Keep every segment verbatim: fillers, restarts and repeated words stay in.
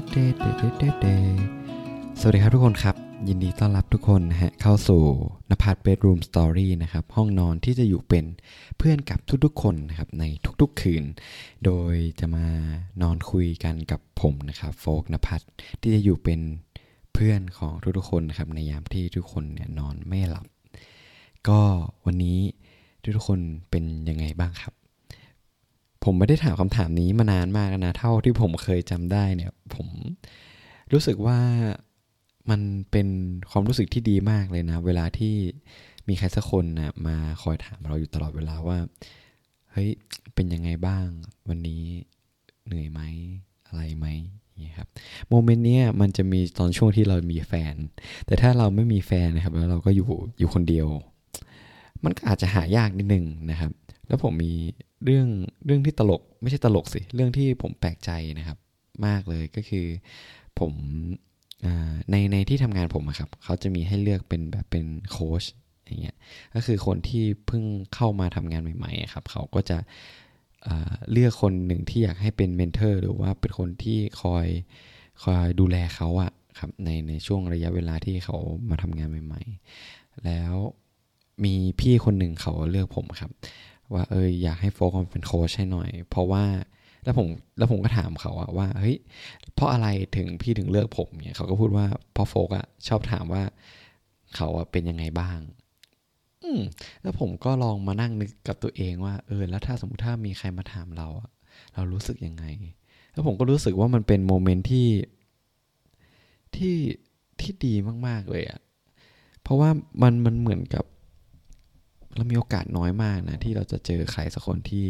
สวัสดีครับทุกคนครับยินดีต้อนรับทุกคนนะฮะเข้าสู่นภัส Bedroom Story นะครับห้องนอนที่จะอยู่เป็นเพื่อนกับทุกๆคนนะครับในทุกๆคืนโดยจะมานอนคุยกันกับผมนะครับโฟกนภัสที่จะอยู่เป็นเพื่อนของทุกๆคนนะครับในยามที่ทุกคนเนี่ยนอนไม่หลับก็วันนี้ทุกๆคนเป็นยังไงบ้างครับผมไม่ได้ถามคำถามนี้มานานมากนะเท่าที่ผมเคยจำได้เนี่ยผมรู้สึกว่ามันเป็นความรู้สึกที่ดีมากเลยนะเวลาที่มีใครสักคนนะมาคอยถามเราอยู่ตลอดเวลาว่าเฮ้ยเป็นยังไงบ้างวันนี้เหนื่อยไหมอะไรไหมนี่ครับโมเมนต์เนี้ยมันจะมีตอนช่วงที่เรามีแฟนแต่ถ้าเราไม่มีแฟนนะครับแล้วเราก็อยู่อยู่คนเดียวมันก็อาจจะหายากนิดนึงนะครับแล้วผมมีเรื่องเรื่องที่ตลกไม่ใช่ตลกสิเรื่องที่ผมแปลกใจนะครับมากเลยก็คือผมในในที่ทำงานผมครับเขาจะมีให้เลือกเป็นแบบเป็นโค้ชอย่างเงี้ยก็คือคนที่เพิ่งเข้ามาทำงานใหม่ๆครับเขาก็จะเลือกคนหนึ่งที่อยากให้เป็นเมนเทอร์หรือว่าเป็นคนที่คอยคอยดูแลเขาอะครับในในช่วงระยะเวลาที่เขามาทำงานใหม่ๆแล้วมีพี่คนหนึ่งเขาเลือกผมครับว่าเอออยากให้โฟกัสเป็นโค้ชให้หน่อยเพราะว่าแล้วผมแล้วผมก็ถามเขาว่าเฮ้ยเพราะอะไรถึงพี่ถึงเลือกผมเนี่ยเขาก็พูดว่าเพราะโฟกอะชอบถามว่าเขาเป็นยังไงบ้างอืมแล้วผมก็ลองมานั่งนึกกับตัวเองว่าเออแล้วถ้าสมมติถ้ามีใครมาถามเราอะเรารู้สึกยังไงแล้วผมก็รู้สึกว่ามันเป็นโมเมนต์ที่ที่ที่ดีมากๆเลยอะเพราะว่ามันมันเหมือนกับเรามีโอกาสน้อยมากนะที่เราจะเจอใครสักคนที่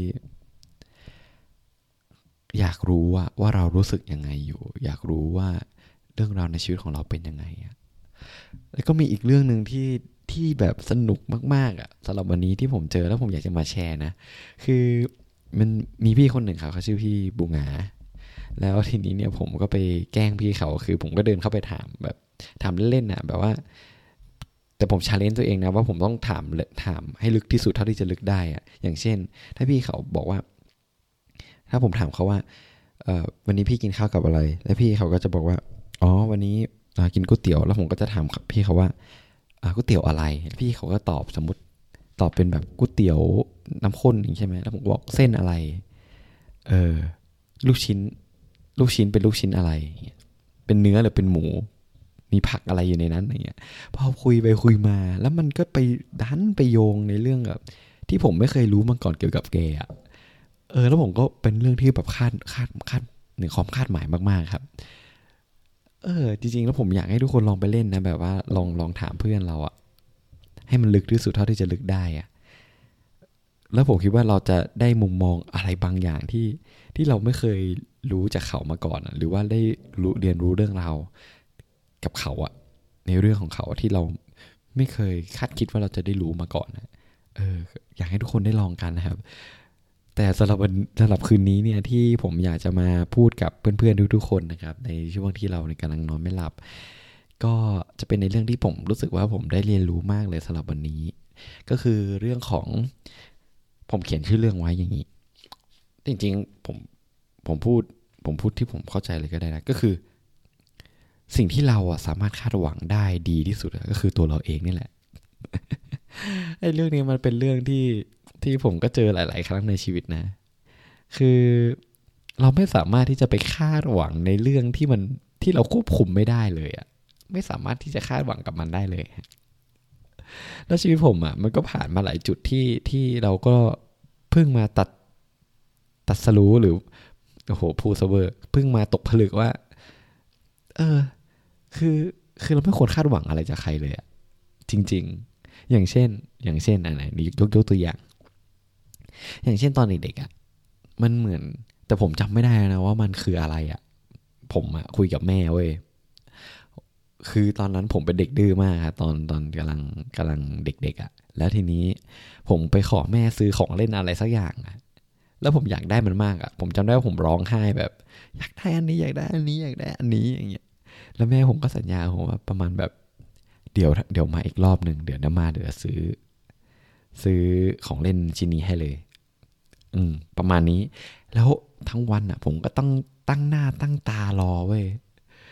อยากรู้ว่าว่าเรารู้สึกยังไงอยู่อยากรู้ว่าเรื่องราวในชีวิตของเราเป็นยังไงอะแล้วก็มีอีกเรื่องนึงที่ที่แบบสนุกมากๆอ่ะสำหรับวันนี้ที่ผมเจอแล้วผมอยากจะมาแชร์นะคือมันมีพี่คนหนึ่งครับเขาชื่อพี่บูงาแล้วทีนี้เนี่ยผมก็ไปแกล้งพี่เขาคือผมก็เดินเข้าไปถามแบบถามเล่นๆนะแบบว่าแต่ผมชาเลนจ์ตัวเองนะว่าผมต้องถามถามให้ลึกที่สุดเท่าที่จะลึกได้อ่ะอย่างเช่นถ้าพี่เขาบอกว่าถ้าผมถามเขาว่าวันนี้พี่กินข้าวกับอะไรแล้วพี่เขาก็จะบอกว่าอ๋อวันนี้กินก๋วยเตี๋ยวแล้วผมก็จะถามพี่เขาว่าก๋วยเตี๋ยวอะไรพี่เขาก็ตอบสมมติตอบเป็นแบบก๋วยเตี๋ยวน้ำข้นอย่างใช่ไหมแล้วผมบอกเส้นอะไรเออลูกชิ้นลูกชิ้นเป็นลูกชิ้นอะไรเป็นเนื้อหรือเป็นหมูมีผักอะไรอยู่ในนั้นอย่างเงี้ยพอคุยไปคุยมาแล้วมันก็ไปดันไปโยงในเรื่องแบบที่ผมไม่เคยรู้มาก่อนเกี่ยวกับแกอ่ะเออแล้วผมก็เป็นเรื่องที่แบบคาดคาดคาดหนึ่งความคาดหมายมากๆครับเออจริงๆแล้วผมอยากให้ทุกคนลองไปเล่นนะแบบว่าลองลองถามเพื่อนเราอะให้มันลึกที่สุดเท่าที่จะลึกได้อะแล้วผมคิดว่าเราจะได้มุมมองอะไรบางอย่างที่ที่เราไม่เคยรู้จากเขามาก่อนหรือว่าได้รู้เรียนรู้เรื่องราวกับเขาอะในเรื่องของเขาที่เราไม่เคยคาดคิดว่าเราจะได้รู้มาก่อนเอออยากให้ทุกคนได้ลองกันนะครับแต่สำหรับสำหรับคืนนี้เนี่ยที่ผมอยากจะมาพูดกับเพื่อนๆทุกๆคนนะครับในช่วงที่เรากำลังนอนไม่หลับก็จะเป็นในเรื่องที่ผมรู้สึกว่าผมได้เรียนรู้มากเลยสำหรับวันนี้ก็คือเรื่องของผมเขียนชื่อเรื่องไว้อย่างนี้จริงๆผมผมพูดผมพูดที่ผมเข้าใจเลยก็ได้นะก็คือสิ่งที่เราอะสามารถคาดหวังได้ดีที่สุดก็คือตัวเราเองนี่แหละ ไอ้เรื่องนี้มันเป็นเรื่องที่ที่ผมก็เจอหลายๆครั้งในชีวิตนะคือเราไม่สามารถที่จะไปคาดหวังในเรื่องที่มันที่เราควบคุมไม่ได้เลยอะไม่สามารถที่จะคาดหวังกับมันได้เลยแล้วชีวิตผมอะมันก็ผ่านมาหลายจุดที่ที่เราก็เพิ่งมาตัดตัดสรู้หรือโอ้โหพูดซะเวอร์เพิ่งมาตกผลึกว่าเออคือคือเราไม่ควรคาดหวังอะไรจากใครเลยอะจริงๆอย่างเช่นอย่างเช่นอะไรนี่ยกยกตัวอย่างอย่างเช่นตอนเด็กๆอ่ะมันเหมือนแต่ผมจำไม่ได้นะว่ามันคืออะไรอ่ะผมอ่ะคุยกับแม่เว้ยคือตอนนั้นผมเป็นเด็กดื้อมากตอนตอนกำลังกำลังเด็กๆอ่ะแล้วทีนี้ผมไปขอแม่ซื้อของเล่นอะไรสักอย่างอ่ะแล้วผมอยากได้มันมากอ่ะผมจำได้ว่าผมร้องไห้แบบอยากได้อันนี้อยากได้อันนี้อยากได้อันนี้อย่างเงี้ยแล้วแม่ผมก็สัญญาผมว่าประมาณแบบเดี๋ยวเดี๋ยวมาอีกรอบหนึ่งเดี๋ยวน้ามาเดี๋ยวซื้อซื้อของเล่นชิ้นนี้ให้เลยอืมประมาณนี้แล้วทั้งวันอ่ะผมก็ต้องตั้งหน้าตั้งตารอเว้ย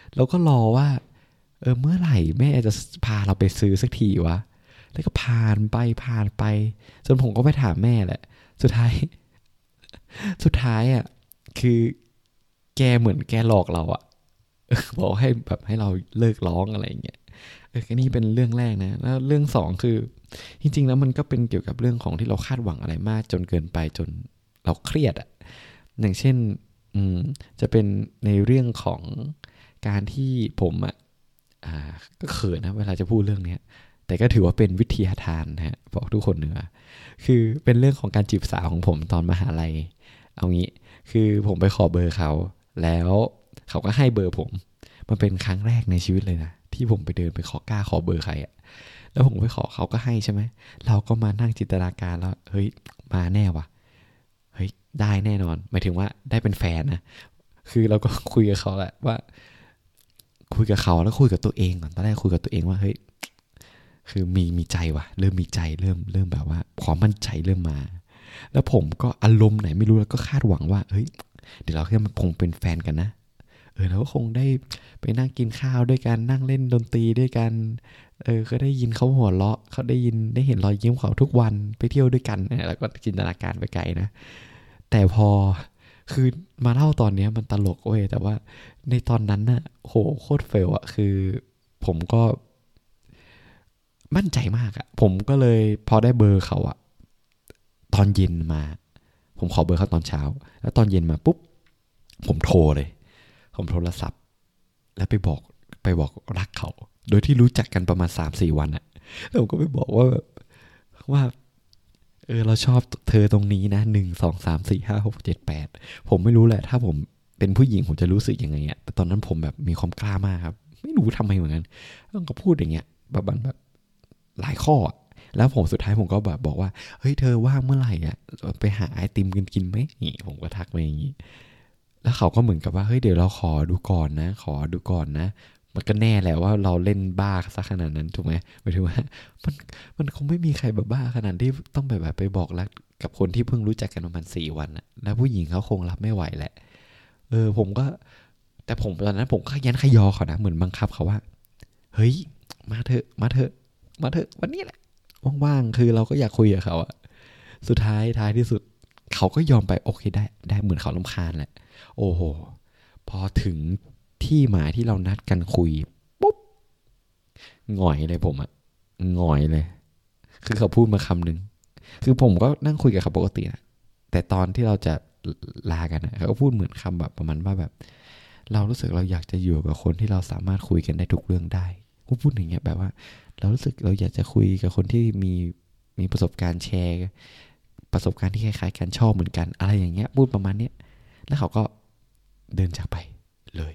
เราก็รอว่าเออเมื่อไหร่แม่จะพาเราไปซื้อสักทีวะแล้วก็ผ่านไปผ่านไปจนผมก็ไปถามแม่แหละสุดท้ายสุดท้ายอ่ะคือแกเหมือนแกหลอกเราอ่ะบอกให้แบบให้เราเลิกร้องอะไรอย่างเงี้ยเออนี่เป็นเรื่องแรกนะแล้วเรื่องสองคือจริงๆแล้วมันก็เป็นเกี่ยวกับเรื่องของที่เราคาดหวังอะไรมากจนเกินไปจนเราเครียดอ่ะอย่างเช่นอืมจะเป็นในเรื่องของการที่ผมอ่ะอ่าก็เขินนะเวลาจะพูดเรื่องเนี้ยแต่ก็ถือว่าเป็นวิทยาทานนะฮะบอกทุกคนเนื้อคือเป็นเรื่องของการจีบสาวของผมตอนมหาลัยเอางี้คือผมไปขอเบอร์เขาแล้วเขาก็ให้เบอร์ผมมันเป็นครั้งแรกในชีวิตเลยนะที่ผมไปเดินไปขอกล้าขอเบอร์ใครอะแล้วผมไปขอเขาก็ให้ใช่ไหมเราก็มานั่งจินตนาการแล้วเฮ้ยมาแน่ว่ะเฮ้ยได้แน่นอนหมายถึงว่าได้เป็นแฟนนะคือเราก็คุยกับเขาแหละว่าคุยกับเขาแล้วคุยกับตัวเองก่อนตอนแรกคุยกับตัวเองว่าเฮ้ยคือมีมีใจว่ะเริ่มมีใจเริ่มเริ่มแบบว่าความมั่นใจเริ่มมาแล้วผมก็อารมณ์ไหนไม่รู้แล้วก็คาดหวังว่าเฮ้ยเดี๋ยวเราแค่มันคงเป็นแฟนกันนะเออเราก็คงได้ไปนั่งกินข้าวด้วยกันนั่งเล่นดนตรีด้วยกันเออก็ได้ยินเขาหัวเราะเขาได้ยินได้เห็นรอยยิ้มเขาทุกวันไปเที่ยวด้วยกันเนี่ยแล้วก็จินตนาการไปไกลนะแต่พอคือมาเล่าตอนนี้มันตลกเว้ยแต่ว่าในตอนนั้นน่ะโหโคตรเฟลอะคือผมก็มั่นใจมากอะผมก็เลยพอได้เบอร์เขาอะตอนเย็นมาผมขอเบอร์เขาตอนเช้าแล้วตอนเย็นมาปุ๊บผมโทรเลยผมโทรศัพท์แล้วไปบอกไปบอกรักเขาโดยที่รู้จักกันประมาณ สามสี่ วันอะแล้วผมก็ไปบอกว่าแบบว่าเออเราชอบเธอตรงนี้นะหนึ่งสองสามสี่ห้าหกเจ็ดแปดผมไม่รู้แหละถ้าผมเป็นผู้หญิงผมจะรู้สึกยังไงอะแต่ตอนนั้นผมแบบมีความกล้ามากครับไม่รู้ทำไมเหมือนกันแล้วก็พูดอย่างเงี้ยแบบแบบหลายข้อแล้วผมสุดท้ายผมก็แบบบอกว่าเฮ้ยเธอว่างเมื่อไหร่อ่ะไปหาไอติมกันกินไหมนี่ผมก็ทักไปอย่างนี้แล้วเขาก็เหมือนกับว่าเฮ้ยเดี๋ยวเราขอดูก่อนนะขอดูก่อนนะมันก็แน่แหละว่าเราเล่นบ้าซะขนาดนั้นถูกไหมหมายถึงว่ามันมันคงไม่มีใครแบบบ้าขนาดที่ต้องแบบแบบไปบอกรักกับคนที่เพิ่งรู้จักกันประมาณสี่วันอะแล้วผู้หญิงเขาคงรับไม่ไหวแหละเออผมก็แต่ผมตอนนั้นผมก็ยันขยอเขานะเหมือนบังคับเขาว่าเฮ้ยมาเถอะมาเถอะมาเถอะวันนี้แหละว่างๆคือเราก็อยากคุยกับเขาอะสุดท้ายท้ายที่สุดเขาก็ยอมไปโอเคได้ได้เหมือนเขารำคาญแหละโอ้โหพอถึงที่หมายที่เรานัดกันคุยปุ๊บหงอยเลยผมอะหงอยเลยคือเขาพูดมาคำหนึ่งคือผมก็นั่งคุยกับเขาปกตินะแต่ตอนที่เราจะลากันนะเขาก็พูดเหมือนคำแบบประมาณว่าแบบเรารู้สึกเราอยากจะอยู่กับคนที่เราสามารถคุยกันได้ทุกเรื่องได้เขาพูดอย่างเงี้ยแบบว่าเรารู้สึกเราอยากจะคุยกับคนที่มีมีประสบการณ์แชร์ประสบการณ์ที่คล้ายๆกันชอบเหมือนกันอะไรอย่างเงี้ยพูดประมาณเนี้ยแล้วเขาก็เดินจากไปเลย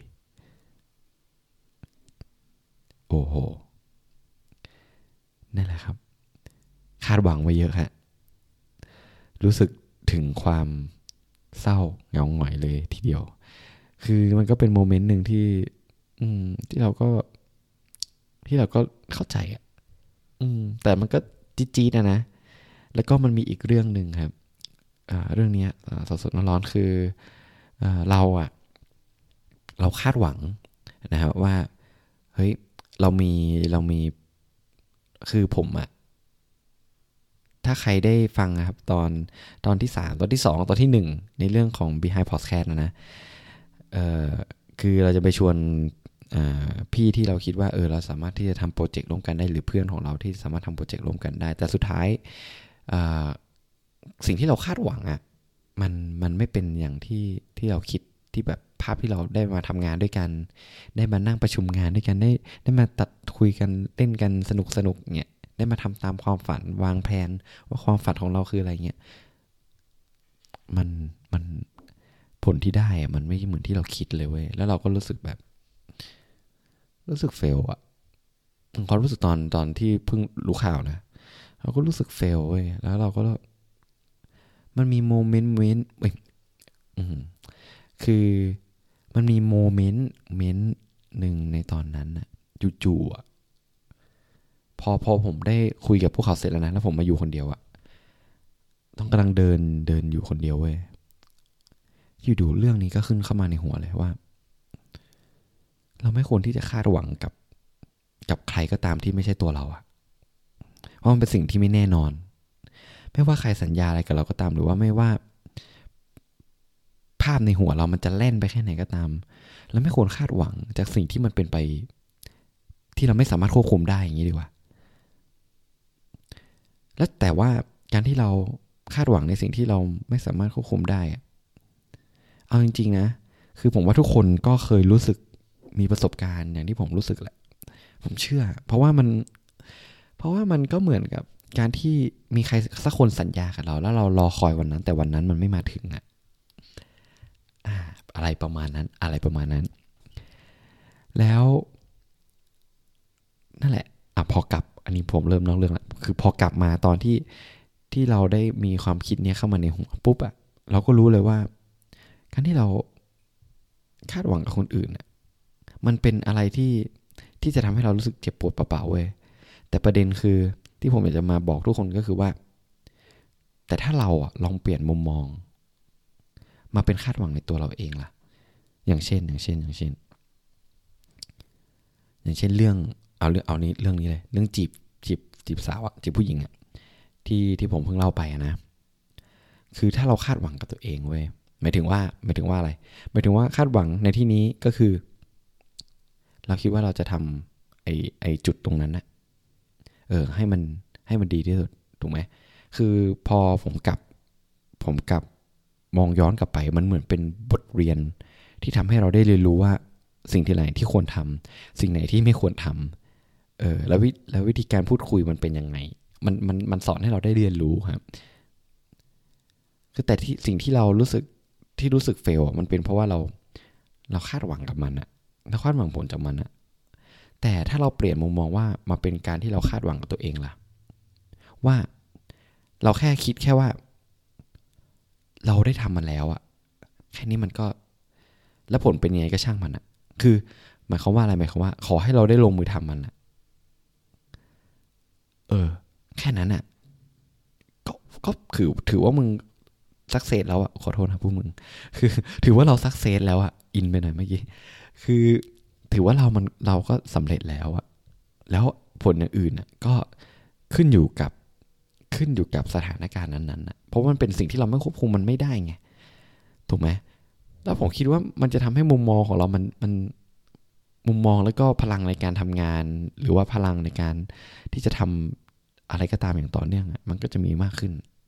โอ้โหนั่นแหละครับคาดหวังไว้เยอะฮะรู้สึกถึงความเศร้าเหงาหงอยเลยทีเดียวคือมันก็เป็นโมเมนต์หนึ่งที่อืมที่เราก็ที่เราก็เข้าใจอ่ะอืมแต่มันก็จี๊ดๆนะนะแล้วก็มันมีอีกเรื่องหนึ่งครับอ่าเรื่องนี้สดๆร้อนๆคืออ่าเราอ่ะเราคาดหวังนะครับว่าเฮ้ยเรามีเรามีคือผมอ่ะถ้าใครได้ฟังนะครับตอนตอนที่สามตอนที่สองตอนที่หนึ่งในเรื่องของ Behind Podcast นะนะเอ่อคือเราจะไปชวนพี่ที่เราคิดว่าเออเราสามารถที่จะทำโปรเจกต์ร่วมกันได้หรือเพื่อนของเราที่สามารถทำโปรเจกต์ร่วมกันได้แต่สุดท้ายสิ่งที่เราคาดหวังอ่ะมันมันไม่เป็นอย่างที่ที่เราคิดที่แบบภาพที่เราได้มาทำงานด้วยกันได้มานั่งประชุมงานด้วยกันได้ได้มาตัดคุยกันเล่นกันสนุกสนุกเนี่ยได้มาทำตามความฝันวางแผนว่าความฝันของเราคืออะไรเงี้ยมันมันผลที่ได้อะมันไม่เหมือนที่เราคิดเลยเว้ยแล้วเราก็รู้สึกแบบรู้สึกเฟลอะความรู้สึกตอนตอนที่เพิ่งรู้ข่าวนะเราก็รู้สึกเฟลเว้ยแล้วเราก็มันมีโมเมนต์เว้นเว้ยคือมันมีโมเมนต์เมนต์หนึ่งในตอนนั้นน่ะจู่ๆอ่ะพอพอผมได้คุยกับพวกเขาเสร็จแล้วนะแล้วผมมาอยู่คนเดียวอ่ะต้องกำลังเดินเดินอยู่คนเดียวเว้ยอยู่ดูเรื่องนี้ก็ขึ้นเข้ามาในหัวเลยว่าเราไม่ควรที่จะคาดหวังกับกับใครก็ตามที่ไม่ใช่ตัวเราอะเพราะมันเป็นสิ่งที่ไม่แน่นอนไม่ว่าใครสัญญาอะไรกับเราก็ตามหรือว่าไม่ว่าภาพในหัวเรามันจะแล่นไปแค่ไหนก็ตามเราไม่ควรคาดหวังจากสิ่งที่มันเป็นไปที่เราไม่สามารถควบคุมได้อย่างนี้ดีกว่าแล้วแต่ว่าการที่เราคาดหวังในสิ่งที่เราไม่สามารถควบคุมได้เอาจริงๆนะคือผมว่าทุกคนก็เคยรู้สึกมีประสบการณ์อย่างที่ผมรู้สึกแหละผมเชื่อเพราะว่ามันเพราะว่ามันก็เหมือนกับการที่มีใครสักคนสัญญากับเราแล้วเรารอคอยวันนั้นแต่วันนั้นมันไม่มาถึงอะอ่าอะไรประมาณนั้นอะไรประมาณนั้นแล้วนั่นแหละอ่ะพอกลับอันนี้ผมเริ่มนอกเรื่องละคือพอกลับมาตอนที่ที่เราได้มีความคิดนี้เข้ามาในหัวปุ๊บอะเราก็รู้เลยว่าการที่เราคาดหวังกับคนอื่นอะมันเป็นอะไรที่ที่จะทำให้เรารู้สึกเจ็บปวดเปล่าๆเว้ยแต่ประเด็นคือที่ผมอยากจะมาบอกทุกคนก็คือว่าแต่ถ้าเราอะลองเปลี่ยนมุมมองมาเป็นคาดหวังในตัวเราเองล่ะอย่างเช่นอย่างเช่นอย่างเช่นอย่างเช่นเรื่องเอาเรื่องเอานี้เรื่องนี้เลยเรื่องจีบจีบจีบสาวอะจีบผู้หญิงอะที่ที่ผมเพิ่งเล่าไปนะคือถ้าเราคาดหวังกับตัวเองเว้ยหมายถึงว่าหมายถึงว่าอะไรหมายถึงว่าคาดหวังในที่นี้ก็คือเราคิดว่าเราจะทำไอ้ไอ้จุดตรงนั้นนะเออให้มันให้มันดีที่สุดถูกไหมคือพอผมกลับผมกลับมองย้อนกลับไปมันเหมือนเป็นบทเรียนที่ทำให้เราได้เรียนรู้ว่าสิ่งที่ไหนที่ควรทำสิ่งไหนที่ไม่ควรทำเออแล้ววิแล้ววิธีการพูดคุยมันเป็นยังไงมันมันมันสอนให้เราได้เรียนรู้ครับคือแต่ที่สิ่งที่เรารู้สึกที่รู้สึกเฟลมันเป็นเพราะว่าเราเราคาดหวังกับมันอะเราคาดหวังผลจากมันอะแต่ถ้าเราเปลี่ยนมุมมองว่ามาเป็นการที่เราคาดหวังกับตัวเองล่ะว่าเราแค่คิดแค่ว่าเราได้ทำมันแล้วอะแค่นี้มันก็แล้วผลเป็นยังไงก็ช่างมันอะคือหมายความว่าอะไรหมายความว่าขอให้เราได้ลงมือทำมันอะเออแค่นั้นอะก็ก็ถือถือว่ามึงสักเซสแล้วอะขอโทษนะพวกมึงคือถือว่าเราสักเซสแล้วอะอินไปหน่อยเมื่อกี้คือถือว่าเรามันเราก็สำเร็จแล้วอะแล้วผลอย่างอื่นอะก็ขึ้นอยู่กับขึ้นอยู่กับสถานการณ์นั้นๆนะเพราะมันเป็นสิ่งที่เราไม่ควบคุมมันไม่ได้ไงถูกไหมแล้วผมคิดว่ามันจะทำให้มุมมองของเรามันมันมุมมองแล้วก็พลังในการทำงานหรือว่าพลังในการที่จะทำอะไรก็ตามอย่างต่อเนื่องอะมันก็จะมีมากขึ้น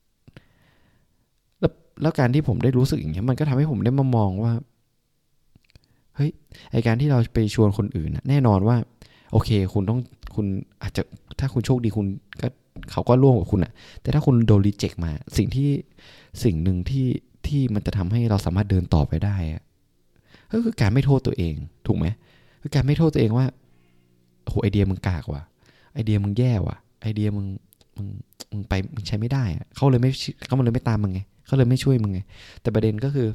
แล้วแล้วการที่ผมได้รู้สึกอย่างนี้มันก็ทำให้ผมได้มามองว่าเฮ้ยไอการที่เราไปชวนคนอื่นนะแน่นอนว่าโอเคคุณต้องคุณอาจจะถ้าคุณโชคดีคุณก็เขาก็ร่วมกับคุณอะแต่ถ้าคุณโดนรีเจ็คมาสิ่งที่สิ่งหนึ่งที่ที่มันจะทำให้เราสามารถเดินต่อไปได้อะก็คือการไม่โทษตัวเองถูกไหมคือการไม่โทษตัวเองว่าโอ้โหไอเดียมึงกากว่ะไอเดียมึงแย่ว่ะไอเดียมึงมึงมึงไปมึงใช้ไม่ได้อะเขาเลยไม่เขาเลยไม่ตามมึงไงเขาเลยไม่ช่วยมึงไงแต่ประเด็นก็คือ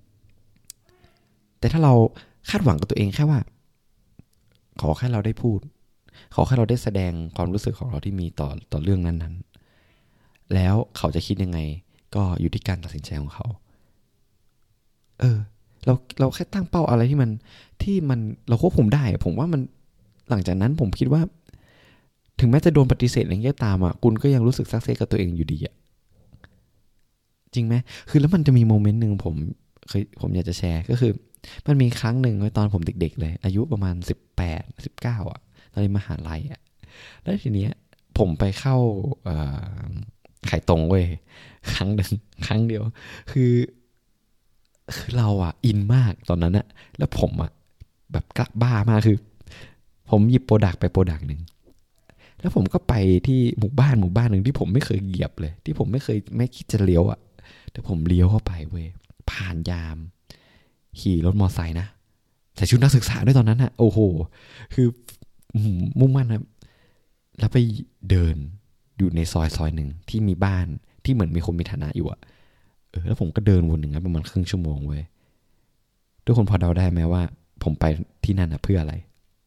แต่ถ้าเราคาดหวังกับตัวเองแค่ว่าขอแค่เราได้พูดขอแค่เราได้แสดงความรู้สึกของเราที่มีต่อต่อเรื่องนั้นๆแล้วเขาจะคิดยังไงก็อยู่ที่การตัดสินใจของเขาเออเราเราแค่ตั้งเป้าอะไรที่มันที่มันเราควบคุมได้ผมว่ามันหลังจากนั้นผมคิดว่าถึงแม้จะโดนปฏิเสธอะไรเงี้ยตามอ่ะคุณก็ยังรู้สึกซักเซสกับตัวเองอยู่ดีอ่ะจริงไหมคือแล้วมันจะมีโมเมนต์หนึ่งผมเคยผมอยากจะแชร์ก็คือมันมีครั้งหนึ่งตอนผมเด็กๆเลยอายุประมาณสิบแปดสิบเก้าอ่ะตอนในมหาลัยอ่ะแล้วทีเนี้ยผมไปเข้าขายตรงเว้ยครั้งหนึ่งครั้งเดียวคือคือเราอ่ะอินมากตอนนั้นอ่ะแล้วผมอ่ะแบบกล้าบ้ามากคือผมหยิบโปรดักต์ไปโปรดักต์หนึ่งแล้วผมก็ไปที่หมู่บ้านหมู่บ้านหนึ่งที่ผมไม่เคยเหยียบเลยที่ผมไม่เคยไม่คิดจะเลี้ยวอ่ะแต่ผมเลี้ยวเข้าไปเว้ยผ่านยามขี่รถมอไซค์นะใส่ชุดนักศึกษาด้วยตอนนั้นอ่ะโอ้โหคือมุ่งมั่นนะแล้วไปเดินอยู่ในซอยซอยหนึ่งที่มีบ้านที่เหมือนมีคนมีฐานะอยู่อ่ะเออแล้วผมก็เดินวนหนึ่งนะประมาณครึ่งชั่วโมงเว้ยทุกคนพอเดาได้ไหมว่าผมไปที่นั่นนะเพื่ออะไร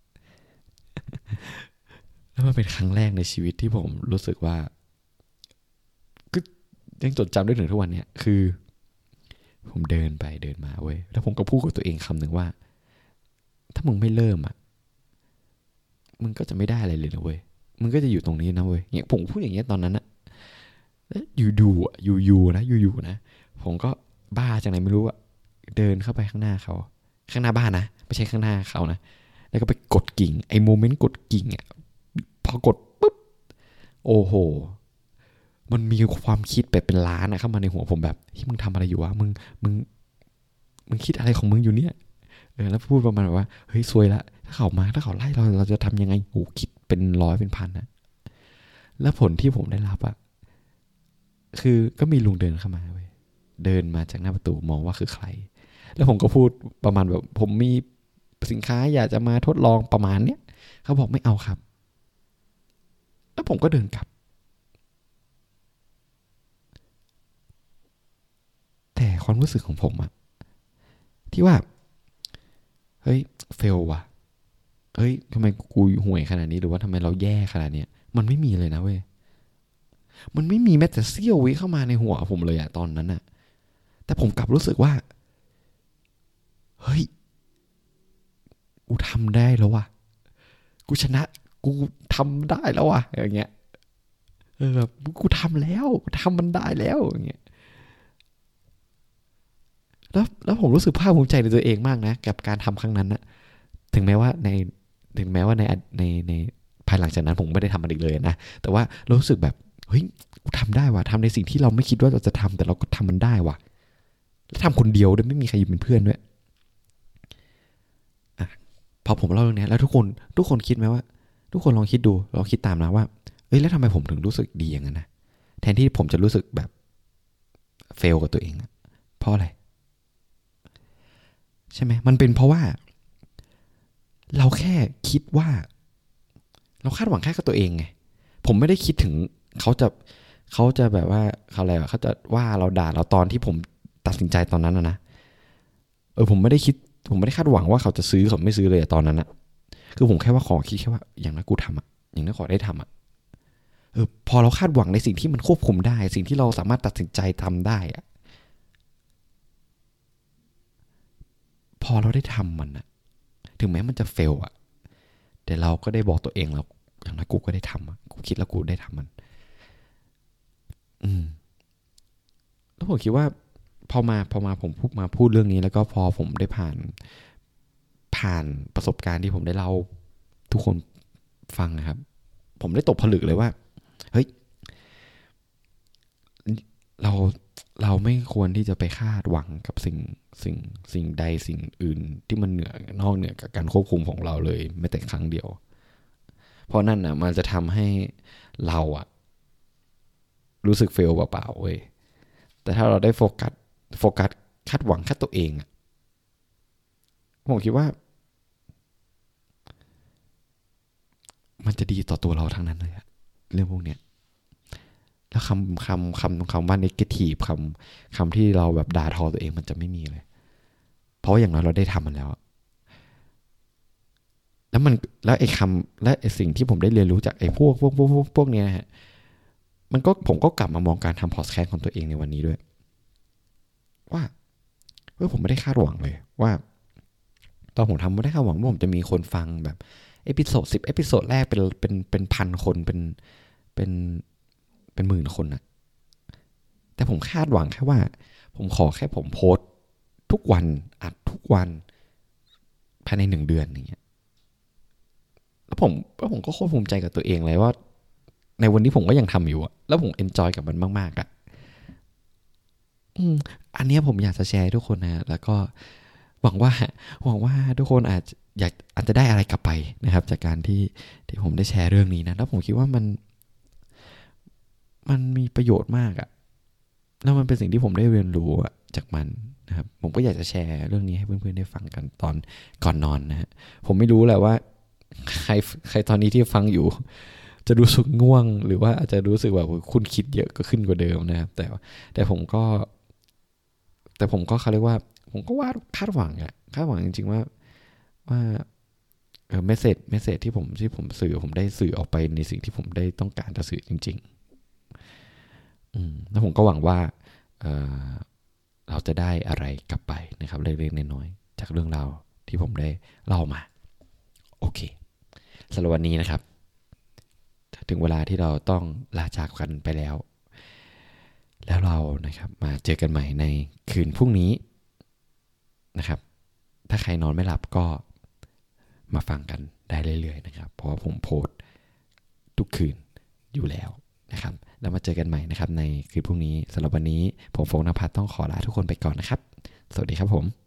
แล้วมันเป็นครั้งแรกในชีวิตที่ผมรู้สึกว่าก็ยังจดจำได้ถึงทุกวันเนี้ยคือผมเดินไปเดินมาเว้ยแล้วผมก็พูดกับตัวเองคำหนึ่งว่าถ้ามึงไม่เริ่มอ่ะมึงก็จะไม่ได้อะไรเลยนะเว้ยมึงก็จะอยู่ตรงนี้นะเว้ยเนี่ยผมพูดอย่างเงี้ยตอนนั้นอะแล้วอยู่ๆอ่ะอยู่ๆนะอยู่ๆนะผมก็บ้าจังไหนไม่รู้อ่ะเดินเข้าไปข้างหน้าเขาข้างหน้าบ้านนะไม่ใช่ข้างหน้าเขานะแล้วก็ไปกดกิ่งไอ้โมเมนต์กดกิ่งอ่ะพอกดปุ๊บโอ้โหมันมีความคิดแบบเป็นล้านอะเข้ามาในหัวผมแบบที่มึงทำอะไรอยู่วะมึงมึงมึงคิดอะไรของมึงอยู่เนี่ยเออแล้วพูดประมาณแบบว่าเฮ้ยซวยละถ้าเขามาถ้าเขาไล่เราเราจะทำยังไงโอ้คิดเป็นร้อยเป็นพันนะแล้วผลที่ผมได้รับอะคือก็มีลุงเดินเข้ามาเว้ยเดินมาจากหน้าประตูมองว่าคือใครแล้วผมก็พูดประมาณแบบผมมีสินค้าอยากจะมาทดลองประมาณเนี้ยเขาบอกไม่เอาครับแล้วผมก็เดินกลับแต่ความรู้สึกของผมอะที่ว่าเฮ้ยเฟลว่ะเฮ้ยทำไมกูห่วยขนาดนี้หรือว่าทำไมเราแย่ขนาดนี้มันไม่มีเลยนะเว้ยมันไม่มีแม้แต่เสี้ยววิเข้ามาในหัวผมเลยอะตอนนั้นอะแต่ผมกลับรู้สึกว่าเฮ้ยกูทำได้แล้วว่ะกูชนะกูทำได้แล้วว่ะอย่างเงี้ยเออแบบกูทำแล้วทำมันได้แล้วอย่างเงี้ยแล้วแล้วผมรู้สึกภาคภูมิใจในตัวเองมากนะกับการทำครั้งนั้นนะถึงแม้ว่าในถึงแม้ว่าในในในภายหลังจากนั้นผมไม่ได้ทำมันอีกเลยนะแต่ว่ารู้สึกแบบเฮ้ยกูทำได้ว่ะทำในสิ่งที่เราไม่คิดว่าเราจะทำแต่เราก็ทำมันได้ว่ะแล้วทำคนเดียวด้วยไม่มีใครอยู่เป็นเพื่อนด้วยอ่ะพอผมเล่าเรื่องนี้แล้วทุกคนทุกคนคิดไหมว่าทุกคนลองคิดดูลองคิดตามนะว่าเอ้ยแล้วทำไมผมถึงรู้สึกดีอย่างนั้นนะแทนที่ผมจะรู้สึกแบบเฟลกับตัวเองเพราะอะไรใช่ไหมมันเป็นเพราะว่าเราแค่คิดว่าเราคาดหวังแค่กับตัวเองไงผมไม่ได้คิดถึงเขาจะเขาจะแบบว่าเขาอะไรเขาจะว่าเราด่าเราตอนที่ผมตัดสินใจตอนนั้นนะนะเออผมไม่ได้คิดผมไม่ได้คาดหวังว่าเขาจะซื้อเขาไม่ซื้อเลยตอนนั้นอะคือผมแค่ว่าขอคิดแค่ว่าอย่างนั้นกูทำอะอย่างนั้นขอได้ทำอะเออพอเราคาดหวังในสิ่งที่มันควบคุมได้สิ่งที่เราสามารถตัดสินใจทำได้อะพอเราได้ทำมันอะถึงแม้มันจะเฟลอะแต่เราก็ได้บอกตัวเองแล้วอย่างนั้นกูก็ได้ทำอะกูคิดแล้วกูได้ทำมันอืมแล้วผมคิดว่าพอมาพอมาผมพูดมาพูดเรื่องนี้แล้วก็พอผมได้ผ่านผ่านประสบการณ์ที่ผมได้เล่าทุกคนฟังนะครับผมได้ตกผลึกเลยว่าเฮ้ยเราเราไม่ควรที่จะไปคาดหวังกับสิ่งสิ่งสิ่งใดสิ่งอื่นที่มันเหนือนอกเหนือกับการควบคุมของเราเลยแม้แต่ครั้งเดียวเพราะนั่นนะมันจะทำให้เราอะรู้สึกเฟลเปล่าๆเว้ยแต่ถ้าเราได้โฟกัสโฟกัสคาดหวังแค่ตัวเองอะผมคิดว่ามันจะดีต่อตัวเราทั้งนั้นเลยอะเรื่องพวกเนี้ยแล้วคำคำคำคำว่า negative คำคำที่เราแบบด่าทอตัวเองมันจะไม่มีเลยเพราะอย่างน้อยเราได้ทำมันแล้วแล้วมันแล้วไอ้คำและไอ้สิ่งที่ผมได้เรียนรู้จากไอ้พวกพวกพวกพวกพวกเนี้ยฮะมันก็ผมก็กลับมามองการทำพอดแคสต์ของตัวเองในวันนี้ด้วยว่าเฮ้ยผมไม่ได้คาดหวังเลยว่าตอนผมทำไม่ได้คาดหวังว่าผมจะมีคนฟังแบบเอพิโซดสิบเอพิโซดแรกเป็นเป็นเป็นพันคนเป็นเป็นเป็นหมื่นคนอะแต่ผมคาดหวังแค่ว่าผมขอแค่ผมโพสต์ทุกวันอัดทุกวันภายในหนึ่งเดือนอย่างเงี้ยแล้วผมแล้วผมก็โคตรภูมิใจกับตัวเองเลยว่าในวันนี้ผมก็ยังทำอยู่อะแล้วผมเอนจอยกับมันมากๆอะอืมอันเนี้ยผมอยากจะแชร์ให้ทุกคนนะแล้วก็หวังว่าหวังว่าทุกคนอาจอยากอาจจะได้อะไรกลับไปนะครับจากการที่ที่ผมได้แชร์เรื่องนี้นะแล้วผมคิดว่ามันมันมีประโยชน์มากอะแล้วมันเป็นสิ่งที่ผมได้เรียนรู้อะจากมันนะครับผมก็อยากจะแชร์เรื่องนี้ให้เพื่อนๆได้ฟังกันตอนก่อนนอนนะฮะผมไม่รู้แหละว่าใครใครตอนนี้ที่ฟังอยู่จะรู้สึกง่วงหรือว่าอาจจะรู้สึกแบบคุณคิดเยอะก็ขึ้นกว่าเดิมนะครับแต่แต่ผมก็แต่ผมก็เขาเรียกว่าผมก็วาดคาดหวังอะคาดหวังจริงๆว่าว่าเออเมสเซจเมสเซจที่ผมที่ผมสื่อผมได้สื่อออกไปในสิ่งที่ผมได้ต้องการจะสื่อจริงๆอืมแล้วผมก็หวังว่าเออเราจะได้อะไรกลับไปนะครับเล็กๆน้อยๆจากเรื่องราวที่ผมได้เล่ามาโอเคสำหรับวันนี้นะครับถึงเวลาที่เราต้องลาจากกันไปแล้วแล้วเรานะครับมาเจอกันใหม่ในคืนพรุ่งนี้นะครับถ้าใครนอนไม่หลับก็มาฟังกันได้เรื่อยๆนะครับเพราะว่าผมโพสต์ทุกคืนอยู่แล้วนะครับแล้วมาเจอกันใหม่นะครับในคืนพรุ่งนี้สำหรับวันนี้ผมโฟงนภัทรต้องขอลาทุกคนไปก่อนนะครับสวัสดีครับผม